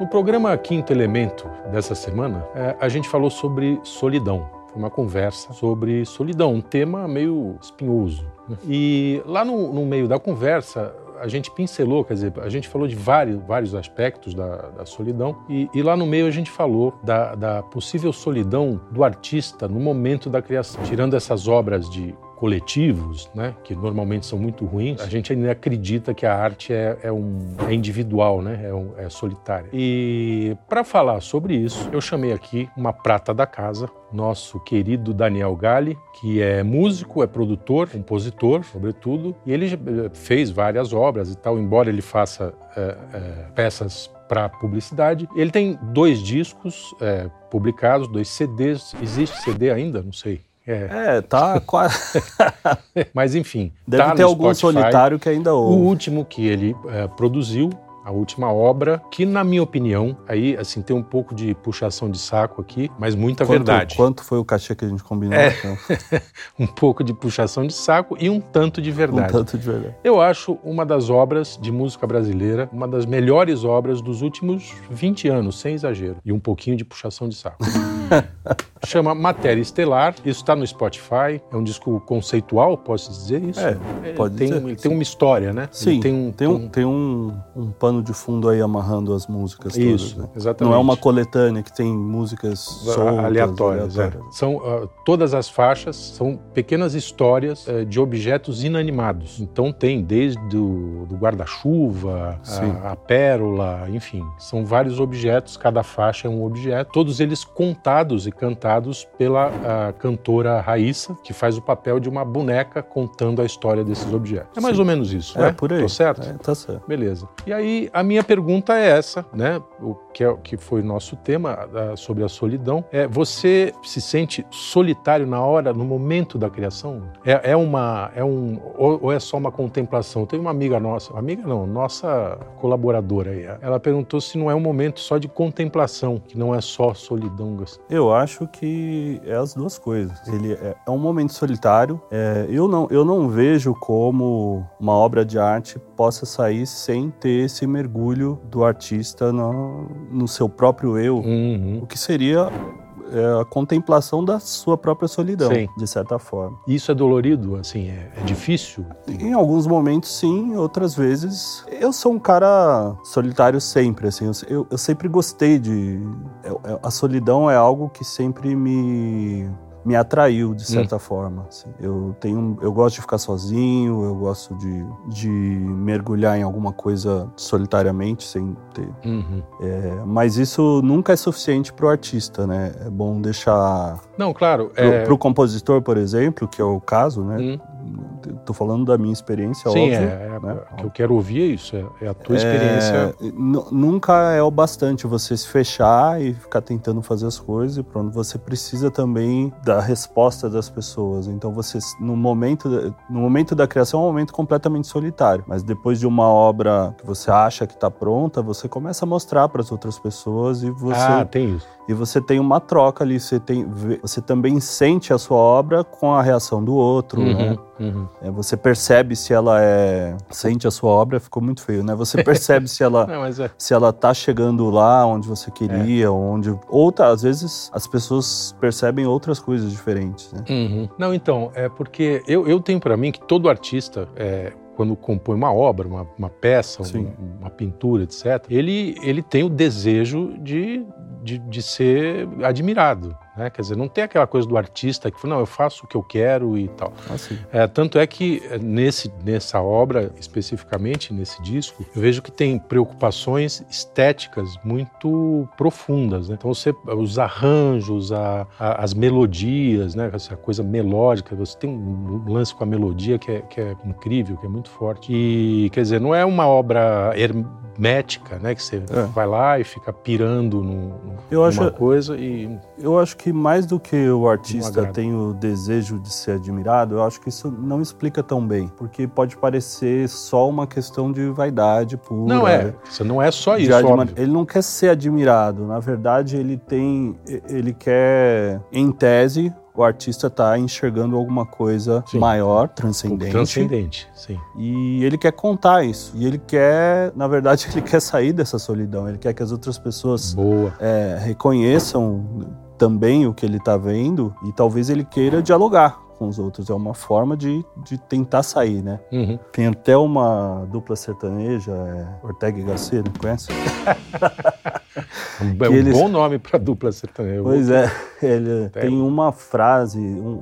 No programa Quinto Elemento dessa semana, a gente falou sobre solidão. Foi uma conversa sobre solidão, um tema meio espinhoso. E lá no meio da conversa, a gente pincelou, quer dizer, a gente falou de vários aspectos da solidão e lá no meio a gente falou da possível solidão do artista no momento da criação. Tirando essas obras de coletivos, né, que normalmente são muito ruins, a gente ainda acredita que a arte é individual, né, é solitária. E para falar sobre isso, eu chamei aqui uma prata da casa, nosso querido Daniel Galli, que é músico, é produtor, compositor, sobretudo, e ele fez várias obras e tal, embora ele faça peças para publicidade. Ele tem 2 discos publicados, 2 CDs. Existe CD ainda? Não sei. Tá quase. Mas enfim, deve tá ter no algum Spotify. solitário que ainda ouve. O último que ele produziu, a última obra, que na minha opinião, aí assim, tem um pouco de puxação de saco aqui, mas muita verdade. Quanto foi o cachê que a gente combinou? Então? Um pouco de puxação de saco e um tanto de verdade. Um tanto de verdade. Eu acho uma das obras de música brasileira, uma das melhores obras dos últimos 20 anos, sem exagero. E um pouquinho de puxação de saco. Chama Matéria Estelar, isso está no Spotify, é um disco conceitual, posso dizer isso? Pode dizer. Ele tem uma história, né? Sim, ele tem um pano de fundo aí amarrando as músicas todas. Isso, né? exatamente. Não é uma coletânea que tem músicas soltas, aleatórias. São, todas as faixas são pequenas histórias de objetos inanimados. Então tem desde do guarda-chuva, a pérola, enfim. São vários objetos, cada faixa é um objeto. Todos eles contados e cantados pela cantora Raíssa, que faz o papel de uma boneca contando a história desses objetos. É mais ou menos isso, né? Por aí. Tô certo? Tá certo. Beleza. E aí, a minha pergunta é essa, né? Que foi o nosso tema sobre a solidão. Você se sente solitário no momento da criação? Ou é só uma contemplação? Tem uma amiga nossa colaboradora aí. Ela perguntou se não é um momento só de contemplação, que não é só solidão. Eu acho que é as duas coisas. Ele é um momento solitário. Eu não vejo como uma obra de arte possa sair sem ter esse mergulho do artista no seu próprio eu, o que seria a contemplação da sua própria solidão, sim, de certa forma. Isso é dolorido? Assim, é difícil? Em alguns momentos, sim. Outras vezes... Eu sou um cara solitário sempre, assim. Eu sempre gostei a solidão é algo que sempre me atraiu, de certa forma. Assim. Eu gosto de ficar sozinho, eu gosto de mergulhar em alguma coisa solitariamente, sem ter... mas isso nunca é suficiente para o artista, né? É bom deixar... Não, claro. Para o compositor, por exemplo, que é o caso, né? Tô falando da minha experiência, sim, óbvio. Né? O que eu quero ouvir é isso, é a tua experiência. Nunca é o bastante você se fechar e ficar tentando fazer as coisas e pronto. Você precisa também da resposta das pessoas. Então você, no momento da criação, é um momento completamente solitário. Mas depois de uma obra que você acha que está pronta, você começa a mostrar para as outras pessoas e você... tem isso. E você tem uma troca ali, você também sente a sua obra com a reação do outro, né? Você percebe se ela sente a sua obra, ficou muito feio, né? Você percebe se ela se ela tá chegando lá onde você queria, às vezes as pessoas percebem outras coisas diferentes, né? Não, então, porque eu tenho para mim que todo artista... quando compõe uma obra, uma peça, uma pintura, etc., ele tem o desejo de ser admirado, né? Quer dizer, não tem aquela coisa do artista que fala, não, eu faço o que eu quero e tal. Tanto é que nessa obra, especificamente nesse disco, eu vejo que tem preocupações estéticas muito profundas, né? Então os arranjos, as melodias, né? Essa coisa melódica, você tem um lance com a melodia que é incrível, que é muito forte. E, quer dizer, não é uma obra hermética, né? Que você vai lá e fica pirando numa coisa e... Eu acho que mais do que o artista tem o desejo de ser admirado, eu acho que isso não explica tão bem, porque pode parecer só uma questão de vaidade pura. Isso não é só isso, Ele não quer ser admirado, na verdade ele quer, em tese, o artista está enxergando alguma coisa maior, transcendente, sim. E ele quer contar isso. E ele quer, na verdade, ele quer sair dessa solidão. Ele quer que as outras pessoas reconheçam também o que ele está vendo e talvez ele queira dialogar com os outros. É uma forma de tentar sair, né? Uhum. Tem até uma dupla sertaneja, Ortega y Gasset, não conhece? É bom nome para dupla sertaneja. Pois é, ele tem uma frase,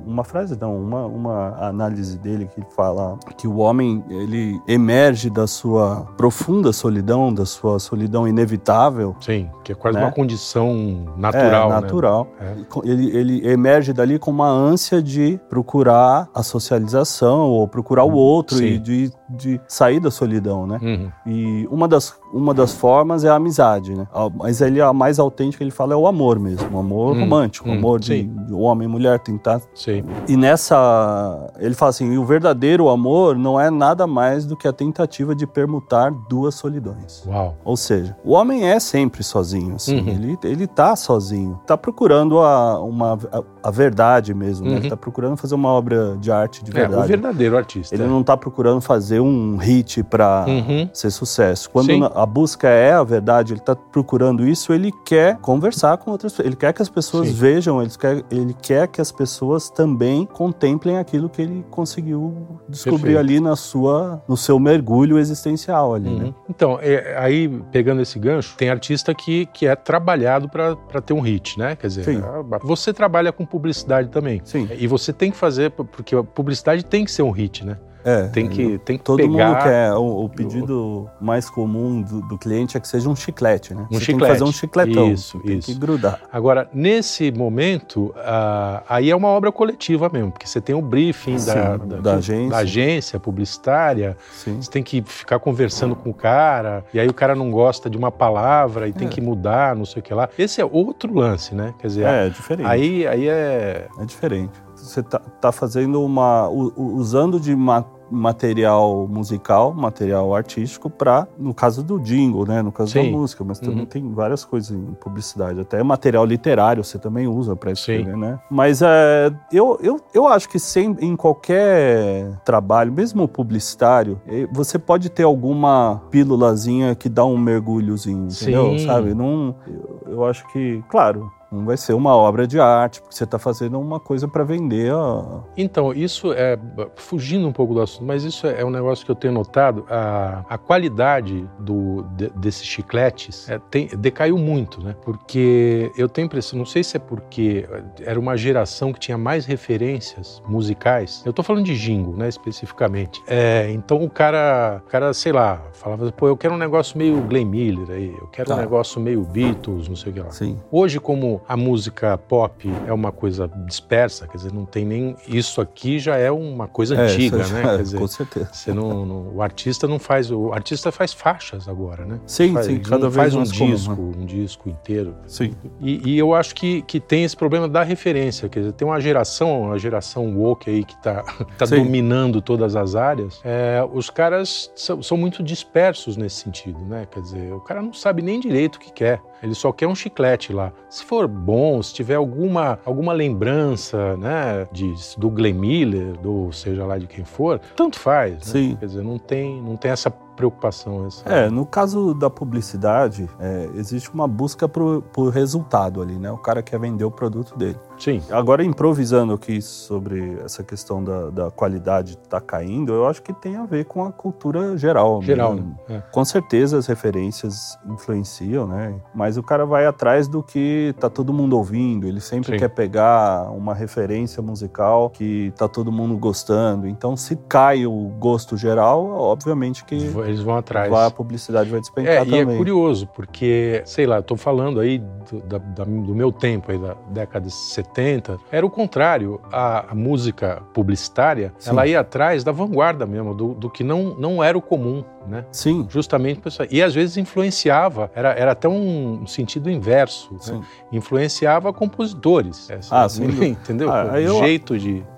uma análise dele que fala que o homem, ele emerge da sua profunda solidão, da sua solidão inevitável. Sim, que é quase uma condição natural. Natural. Né? Ele emerge dali com uma ânsia de procurar a socialização ou procurar o outro e de sair da solidão, né? Uhum. E uma das formas é a amizade, né? Mas ele, a mais autêntica, ele fala, é o amor mesmo, o amor romântico, o amor de homem e mulher tentar. Sim. E ele fala assim, o verdadeiro amor não é nada mais do que a tentativa de permutar duas solidões. Uau. Ou seja, o homem é sempre sozinho, assim, ele tá sozinho, tá procurando a verdade mesmo, né? Ele tá procurando fazer uma obra de arte de verdade. O verdadeiro artista. Ele não tá procurando fazer um hit pra ser sucesso. Quando a busca é a verdade, ele tá procurando isso, ele quer conversar com outras pessoas, ele quer que as pessoas vejam, ele quer que as pessoas também contemplem aquilo que ele conseguiu descobrir ali no seu mergulho existencial ali, né? Então, aí pegando esse gancho, tem artista que é trabalhado para ter um hit, né? Quer dizer, você trabalha com publicidade também. Sim. E você tem que fazer, porque a publicidade tem que ser um hit, né? Tem que todo pegar... mundo quer. O pedido mais comum do cliente é que seja um chiclete, né? Você tem que fazer um chicletão. Tem que grudar. Agora, nesse momento, aí é uma obra coletiva mesmo, porque você tem o briefing da agência publicitária, você tem que ficar conversando com o cara, e aí o cara não gosta de uma palavra e tem que mudar, não sei o que lá. Esse é outro lance, né? Quer dizer, é diferente. Aí é diferente. Você tá fazendo usando de material musical, material artístico para, no caso do jingle, né? No caso da música, mas também tem várias coisas em publicidade. Até material literário você também usa para escrever, né? Mas eu acho que em qualquer trabalho, mesmo publicitário, você pode ter alguma pílulazinha que dá um mergulhozinho, entendeu? Sabe? Eu acho que, claro, não vai ser uma obra de arte, porque você está fazendo uma coisa para vender. Então, isso fugindo um pouco do assunto, mas isso é um negócio que eu tenho notado, a qualidade desses chicletes decaiu muito, né? Porque eu tenho a impressão, não sei se é porque era uma geração que tinha mais referências musicais, eu tô falando de jingle, né, especificamente. Então o cara, sei lá, falava, pô, eu quero um negócio meio Glenn Miller aí, eu quero um negócio meio Beatles, não sei o que lá. Sim. Hoje, como a música pop é uma coisa dispersa, quer dizer, não tem nem... Isso aqui já é uma coisa antiga, né? Quer dizer, com certeza. O artista não faz... O artista faz faixas agora, né? Sim, cada vez faz mais um disco inteiro. Sim. E eu acho que tem esse problema da referência, quer dizer, tem uma geração woke aí que tá dominando todas as áreas. Os caras são muito dispersos nesse sentido, né? Quer dizer, o cara não sabe nem direito o que quer. Ele só quer um chiclete lá. Se for bom, se tiver alguma lembrança, né, do Glenn Miller, ou seja lá de quem for, tanto faz, né? Sim. Quer dizer, não tem essa preocupação. No caso da publicidade, existe uma busca por resultado ali, né? O cara quer vender o produto dele. Sim. Agora, improvisando aqui sobre essa questão da qualidade tá caindo, eu acho que tem a ver com a cultura geral. Né? Com certeza as referências influenciam, né? Mas o cara vai atrás do que tá todo mundo ouvindo. Ele sempre quer pegar uma referência musical que tá todo mundo gostando. Então, se cai o gosto geral, obviamente que eles vão atrás. A publicidade vai despencar também. E é curioso, porque, sei lá, eu tô falando aí do meu tempo, aí da década de 70, era o contrário. A música publicitária, ela ia atrás da vanguarda mesmo, do que não era o comum, né? Sim. Justamente por isso. E às vezes influenciava, era até um sentido inverso, né? Influenciava compositores. Sim. Entendeu? O jeito de...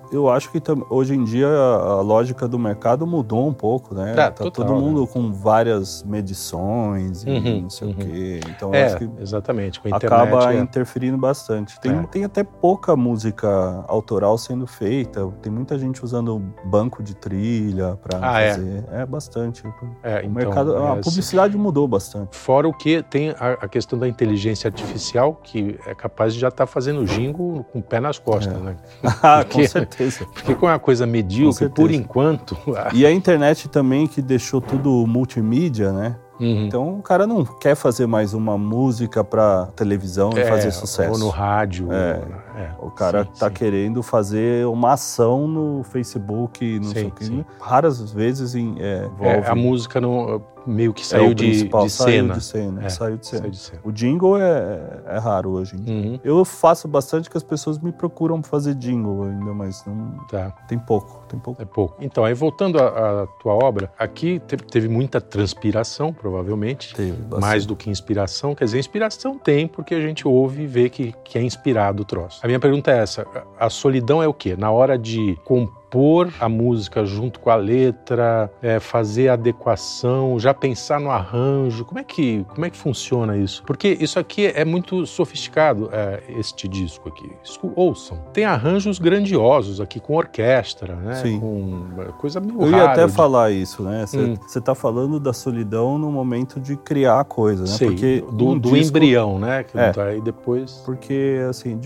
Eu acho que hoje em dia a lógica do mercado mudou um pouco, né? Tá total, todo mundo, né, com várias medições e não sei o quê. Então eu acho que exatamente. Com a internet, acaba interferindo bastante. Tem até pouca música autoral sendo feita. Tem muita gente usando banco de trilha para fazer. É bastante. O mercado, a publicidade mudou bastante. Fora o que tem a questão da inteligência artificial, que é capaz de já estar fazendo jingle com o pé nas costas, né? Com certeza. Porque com uma coisa medíocre, por enquanto... E a internet também, que deixou tudo multimídia, né? Então o cara não quer fazer mais uma música pra televisão e fazer sucesso. Ou no rádio. O cara tá querendo fazer uma ação no Facebook, não sei o quê. Raras vezes envolve... a música meio que saiu de cena. Saiu de cena. O jingle é raro hoje. Eu faço bastante, que as pessoas me procuram fazer jingle ainda, mas não... Tem pouco. É pouco. Então, aí voltando à tua obra, aqui teve muita transpiração, provavelmente. Teve bastante. Mais do que inspiração. Quer dizer, inspiração tem, porque a gente ouve e vê que é inspirado o troço. A minha pergunta é essa: a solidão é o quê? Na hora de compor a música junto com a letra, fazer a adequação, já pensar no arranjo, como é que funciona isso? Porque isso aqui é muito sofisticado, este disco aqui. Ouçam. Tem arranjos grandiosos aqui, com orquestra, né? Sim. Com coisa meio rara. Eu ia até falar isso, né? Você tá falando da solidão no momento de criar a coisa, né? Sei, porque do disco... embrião, né? Que aí depois... Porque, assim,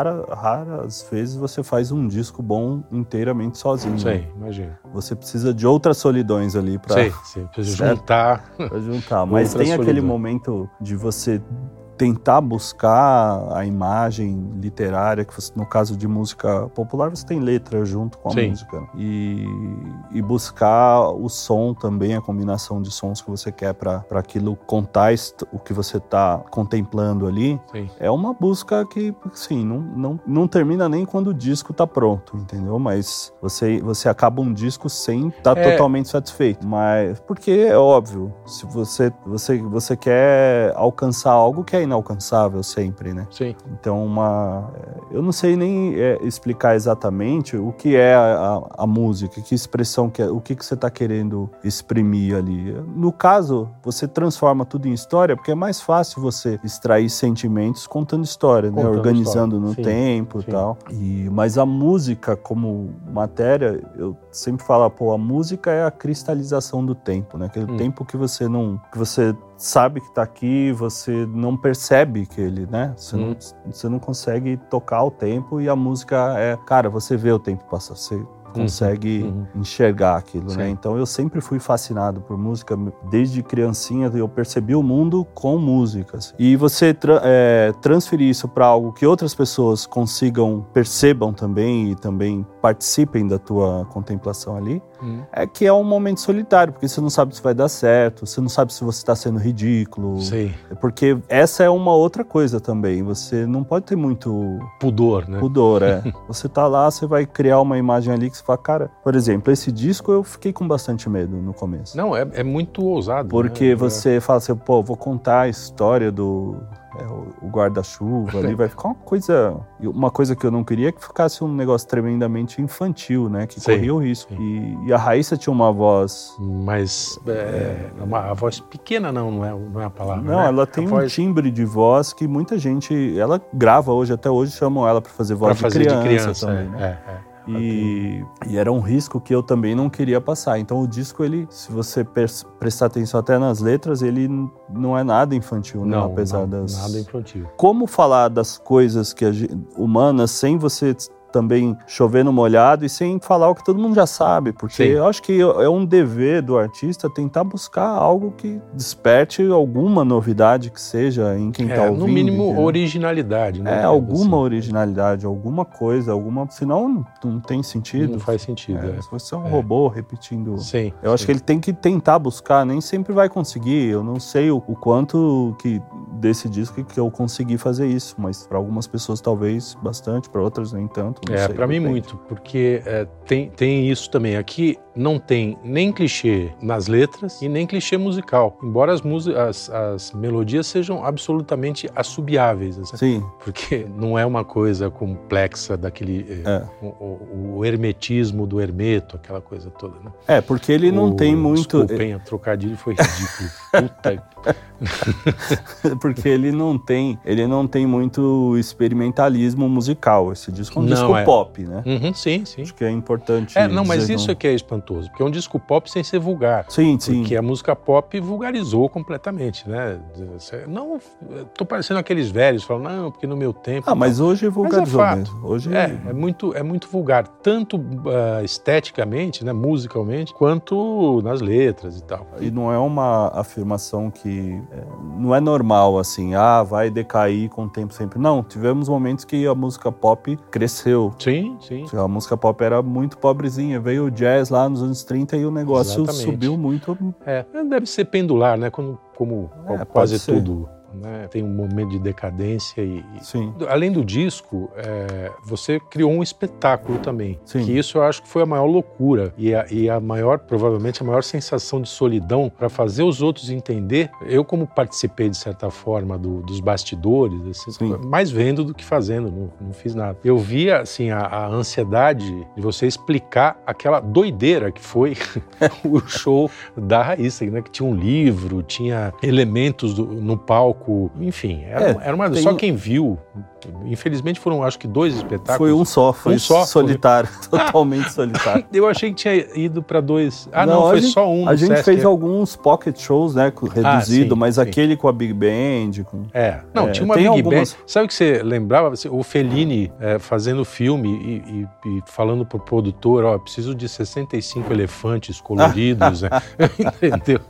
raras vezes você faz um disco bom inteiramente sozinho. Sei, imagina. Você precisa de outras solidões ali pra... Sei, precisa juntar. Pra juntar. Mas tem aquele momento de você tentar buscar a imagem literária, que você, no caso de música popular, você tem letra junto com a música. E buscar o som também, a combinação de sons que você quer para aquilo contar o que você está contemplando ali. Sim. É uma busca que, sim, não termina nem quando o disco está pronto, entendeu? Mas você acaba um disco sem estar totalmente satisfeito. Mas, porque é óbvio, se você quer alcançar algo que é inalcançável sempre, né? Sim. Então, eu não sei nem explicar exatamente o que é a música, que expressão que é, o que você está querendo exprimir ali. No caso, você transforma tudo em história, porque é mais fácil você extrair sentimentos contando história, né? Organizando no tempo e tal. Mas a música como matéria, eu sempre falo, a música é a cristalização do tempo, né? Aquele tempo que você sabe que tá aqui, você não percebe que ele, né? Você não consegue tocar o tempo, e a música cara, você vê o tempo passar, você consegue enxergar aquilo, né? Então eu sempre fui fascinado por música, desde criancinha eu percebi o mundo com músicas. E você transferir isso para algo que outras pessoas percebam também e também participem da tua contemplação ali, que é um momento solitário, porque você não sabe se vai dar certo, você não sabe se você está sendo ridículo. Sim. Porque essa é uma outra coisa também, você não pode ter muito... Pudor, né? Pudor, Você tá lá, você vai criar uma imagem ali que você fala, cara, por exemplo, esse disco eu fiquei com bastante medo no começo. Não, é muito ousado. Porque você fala assim, vou contar a história do... o guarda-chuva ali, vai ficar uma coisa que eu não queria, que ficasse um negócio tremendamente infantil, né, que corria o risco. E a Raíssa tinha uma voz... Mas a voz pequena não é a palavra, não, né? Ela tem um timbre de voz que muita gente... Ela grava até hoje chamam ela para fazer voz de criança também, né? E era um risco que eu também não queria passar. Então o disco, se você prestar atenção até nas letras, ele não é nada infantil, né? Apesar das... Nada infantil. Como falar das coisas humanas sem você também chover no molhado e sem falar o que todo mundo já sabe, porque eu acho que é um dever do artista tentar buscar algo que desperte alguma novidade que seja em quem está ouvindo. No mínimo, originalidade, né? Alguma originalidade, alguma coisa, senão não tem sentido. Não faz sentido. Se você é um robô repetindo... Sim. Eu acho que ele tem que tentar buscar, nem sempre vai conseguir. Eu não sei o quanto desse disco que eu consegui fazer isso, mas para algumas pessoas talvez bastante, para outras nem tanto. Para mim muito, porque tem isso também. Aqui não tem nem clichê nas letras e nem clichê musical, embora as melodias sejam absolutamente assobiáveis. Assim, sim. Porque não é uma coisa complexa daquele... O hermetismo do Hermeto, aquela coisa toda, né? Porque ele não tem muito... Desculpem, a trocadilho foi ridículo. Puta... Porque ele não tem muito experimentalismo musical. Esse disco é um disco pop, né? Sim. Acho que é importante mas isso é que é espantoso, porque é um disco pop sem ser vulgar. Sim. Porque a música pop vulgarizou completamente, né? Não, tô parecendo aqueles velhos, falam, não, porque no meu tempo... mas hoje vulgarizou mesmo. Hoje... É muito vulgar, tanto esteticamente, né, musicalmente, quanto nas letras e tal. E não é uma afirmação que... não é normal, assim, vai decair com o tempo sempre. Não, tivemos momentos que a música pop cresceu. Sim. A música pop era muito pobrezinha. Veio o jazz lá nos anos 30 e o negócio subiu muito. Deve ser pendular, né? Como quase tudo. Né? Tem um momento de decadência Sim. Além do disco, você criou um espetáculo também. Sim. Que isso eu acho que foi a maior loucura provavelmente a maior sensação de solidão para fazer os outros entender. Eu, como participei de certa forma dos bastidores, assim, mais vendo do que fazendo, não fiz nada. Eu via assim a ansiedade de você explicar aquela doideira que foi o show da Raíssa, né? Que tinha um livro, tinha elementos no palco. Enfim, era uma... Só quem viu, infelizmente foram acho que 2 espetáculos. Foi um só, solitário, totalmente solitário. Eu achei que tinha ido para 2. Não, foi só um. A gente fez alguns pocket shows, né, reduzido, mas aquele com a Big Band. Tinha uma Big Band. Sabe o que você lembrava? O Fellini fazendo filme e falando pro produtor, preciso de 65 elefantes coloridos, né? Entendeu?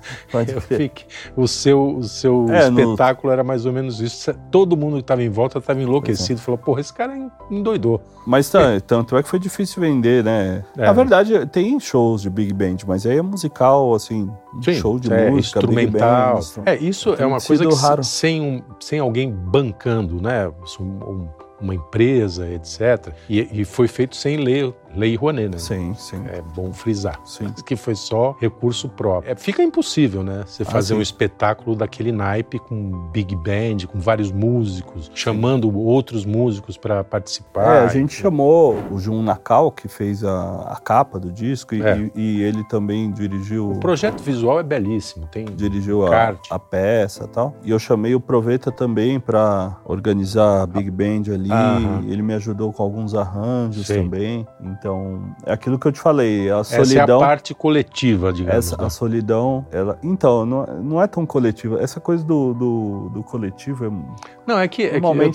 O seu espetáculo era mais ou menos isso. Todo mundo que estava em volta estava enlouquecido. Falou, porra, esse cara endoidou. Mas tanto é que foi difícil vender, né? Na verdade, tem shows de Big Band, mas aí é musical, assim, show de música, instrumental. Big Band, isso é uma coisa que raro. Sem alguém bancando, né? Uma empresa, etc. E foi feito sem Lei Rouanet, né? Sim. É bom frisar. Sim. Que foi só recurso próprio. Fica impossível, né? Você fazer um espetáculo daquele naipe com Big Band, com vários músicos, chamando outros músicos para participar. A gente chamou o Jun Nakal, que fez a capa do disco, e ele também dirigiu... O projeto visual é belíssimo. Dirigiu a peça e tal. E eu chamei o Proveta também para organizar a Big Band ali. Ele me ajudou com alguns arranjos também. Então, é aquilo que eu te falei, a solidão... Essa é a parte coletiva, digamos. A solidão, então, não é tão coletiva. Essa coisa do coletivo é... Não, é que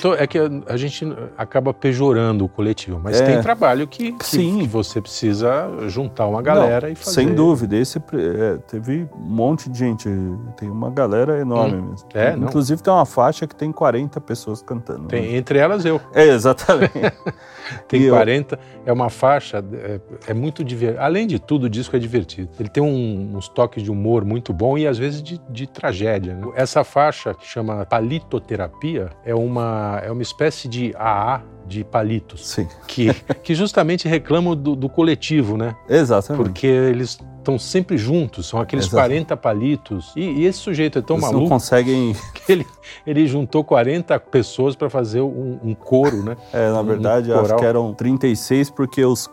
a gente acaba pejorando o coletivo, mas tem trabalho que você precisa juntar uma galera e fazer. Sem dúvida, teve um monte de gente, tem uma galera enorme mesmo. Inclusive tem uma faixa que tem 40 pessoas cantando. Entre elas eu. Exatamente. Tem 40, é uma faixa, é muito divertido. Além de tudo, o disco é divertido. Ele tem uns toques de humor muito bom e às vezes de tragédia, né? Essa faixa, que chama Palitoterapia, é uma espécie de AA de palitos. Sim. Que justamente reclamam do coletivo, né? Exatamente. Porque eles estão sempre juntos, são aqueles 40 palitos. E esse sujeito é tão maluco... Eles não conseguem... que ele juntou 40 pessoas para fazer um coro, né? Na verdade, acho que eram 36, porque os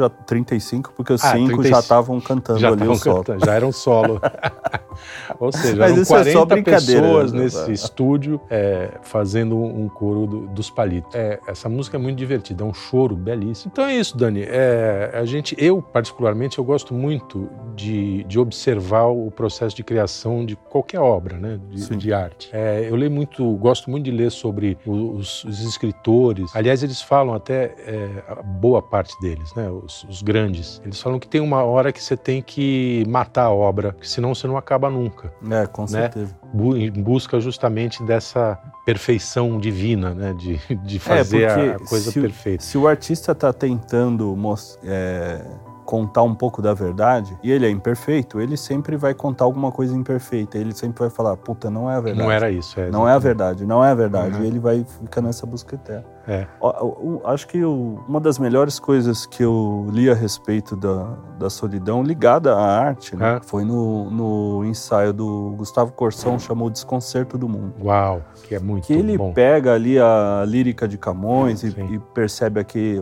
35, porque os 5 já estavam cantando ali o solo. Já era um solo. Ou seja, eram 40 pessoas nesse estúdio fazendo um coro dos palitos. Essa música é muito divertida, é um choro belíssimo. Então é isso, Dani. Eu, particularmente, eu gosto muito de observar o processo de criação de qualquer obra, né, de arte. Gosto muito de ler sobre os escritores. Aliás, eles falam até, boa parte deles, né, os grandes, eles falam que tem uma hora que você tem que matar a obra, senão você não acaba nunca. Com certeza. Em busca justamente dessa perfeição divina, né, de fazer a coisa perfeita. Se o artista está tentando contar um pouco da verdade, e ele é imperfeito, ele sempre vai contar alguma coisa imperfeita, ele sempre vai falar, puta, não é a verdade. Não era isso. Não é a verdade, não é a verdade. E ele vai ficar nessa busca eterna. Acho que uma das melhores coisas que eu li a respeito da solidão ligada à arte, né, foi no ensaio do Gustavo Corsão, chamou Desconcerto do Mundo. Uau, que é muito bom. Que ele pega ali a lírica de Camões e percebe aqui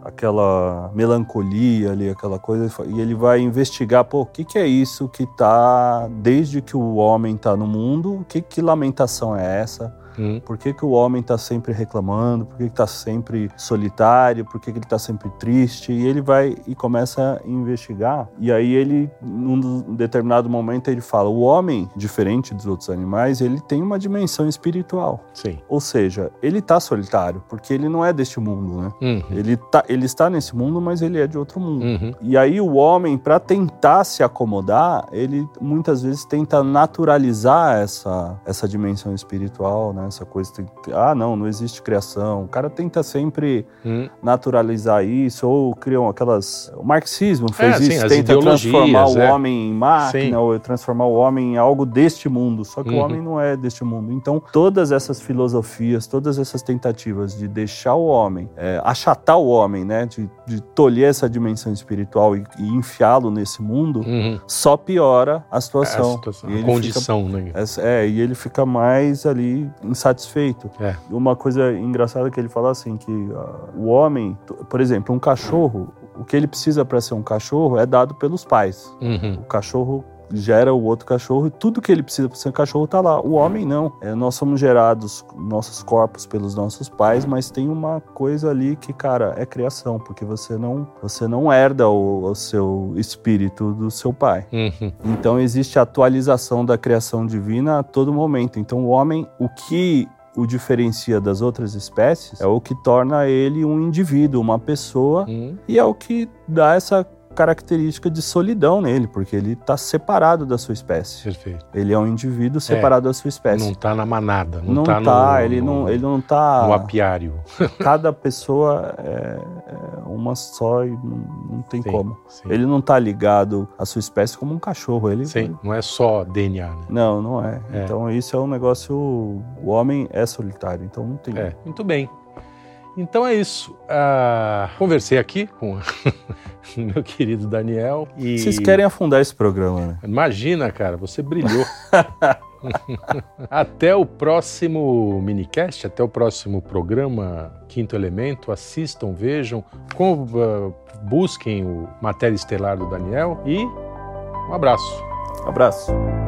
aquela melancolia ali, aquela coisa, e ele vai investigar, o que é isso que tá, desde que o homem tá no mundo, que lamentação é essa? Por que o homem está sempre reclamando? Por que está sempre solitário? Por que ele está sempre triste? E ele vai e começa a investigar. E aí ele, num determinado momento, ele fala, o homem, diferente dos outros animais, ele tem uma dimensão espiritual. Sim. Ou seja, ele está solitário, porque ele não é deste mundo, né? Ele está nesse mundo, mas ele é de outro mundo. E aí o homem, para tentar se acomodar, ele muitas vezes tenta naturalizar essa dimensão espiritual, né? Essa coisa, não existe criação. O cara tenta sempre naturalizar isso, ou criam aquelas... O marxismo fez isso, tenta transformar o homem em máquina, ou transformar o homem em algo deste mundo, só que o homem não é deste mundo. Então, todas essas filosofias, todas essas tentativas de deixar o homem, achatar o homem, né, de tolher essa dimensão espiritual e enfiá-lo nesse mundo, só piora a situação. A condição, né? E ele fica mais ali insatisfeito. Uma coisa engraçada que ele fala assim, que o homem, por exemplo, um cachorro, o que ele precisa para ser um cachorro é dado pelos pais. O cachorro gera o outro cachorro e tudo que ele precisa para ser um cachorro está lá. O homem não. Nós somos gerados, nossos corpos, pelos nossos pais, mas tem uma coisa ali que, cara, é criação, porque você não herda o seu espírito do seu pai. Então existe a atualização da criação divina a todo momento. Então o homem, o que o diferencia das outras espécies é o que torna ele um indivíduo, uma pessoa, e é o que dá essa característica de solidão nele, porque ele está separado da sua espécie. Perfeito. Ele é um indivíduo separado da sua espécie. Não está na manada. Ele não está no apiário. Cada pessoa é uma só e não tem como. Sim. Ele não está ligado à sua espécie como um cachorro. Não é só DNA, né? Não é. Então isso é um negócio... O homem é solitário, então não tem... Muito bem. Então é isso. Conversei aqui com o meu querido Daniel. E... Vocês querem afundar esse programa, né? Imagina, cara, você brilhou. Até o próximo minicast, até o próximo programa Quinto Elemento. Assistam, vejam, busquem o Matéria Estelar do Daniel e um abraço. Abraço.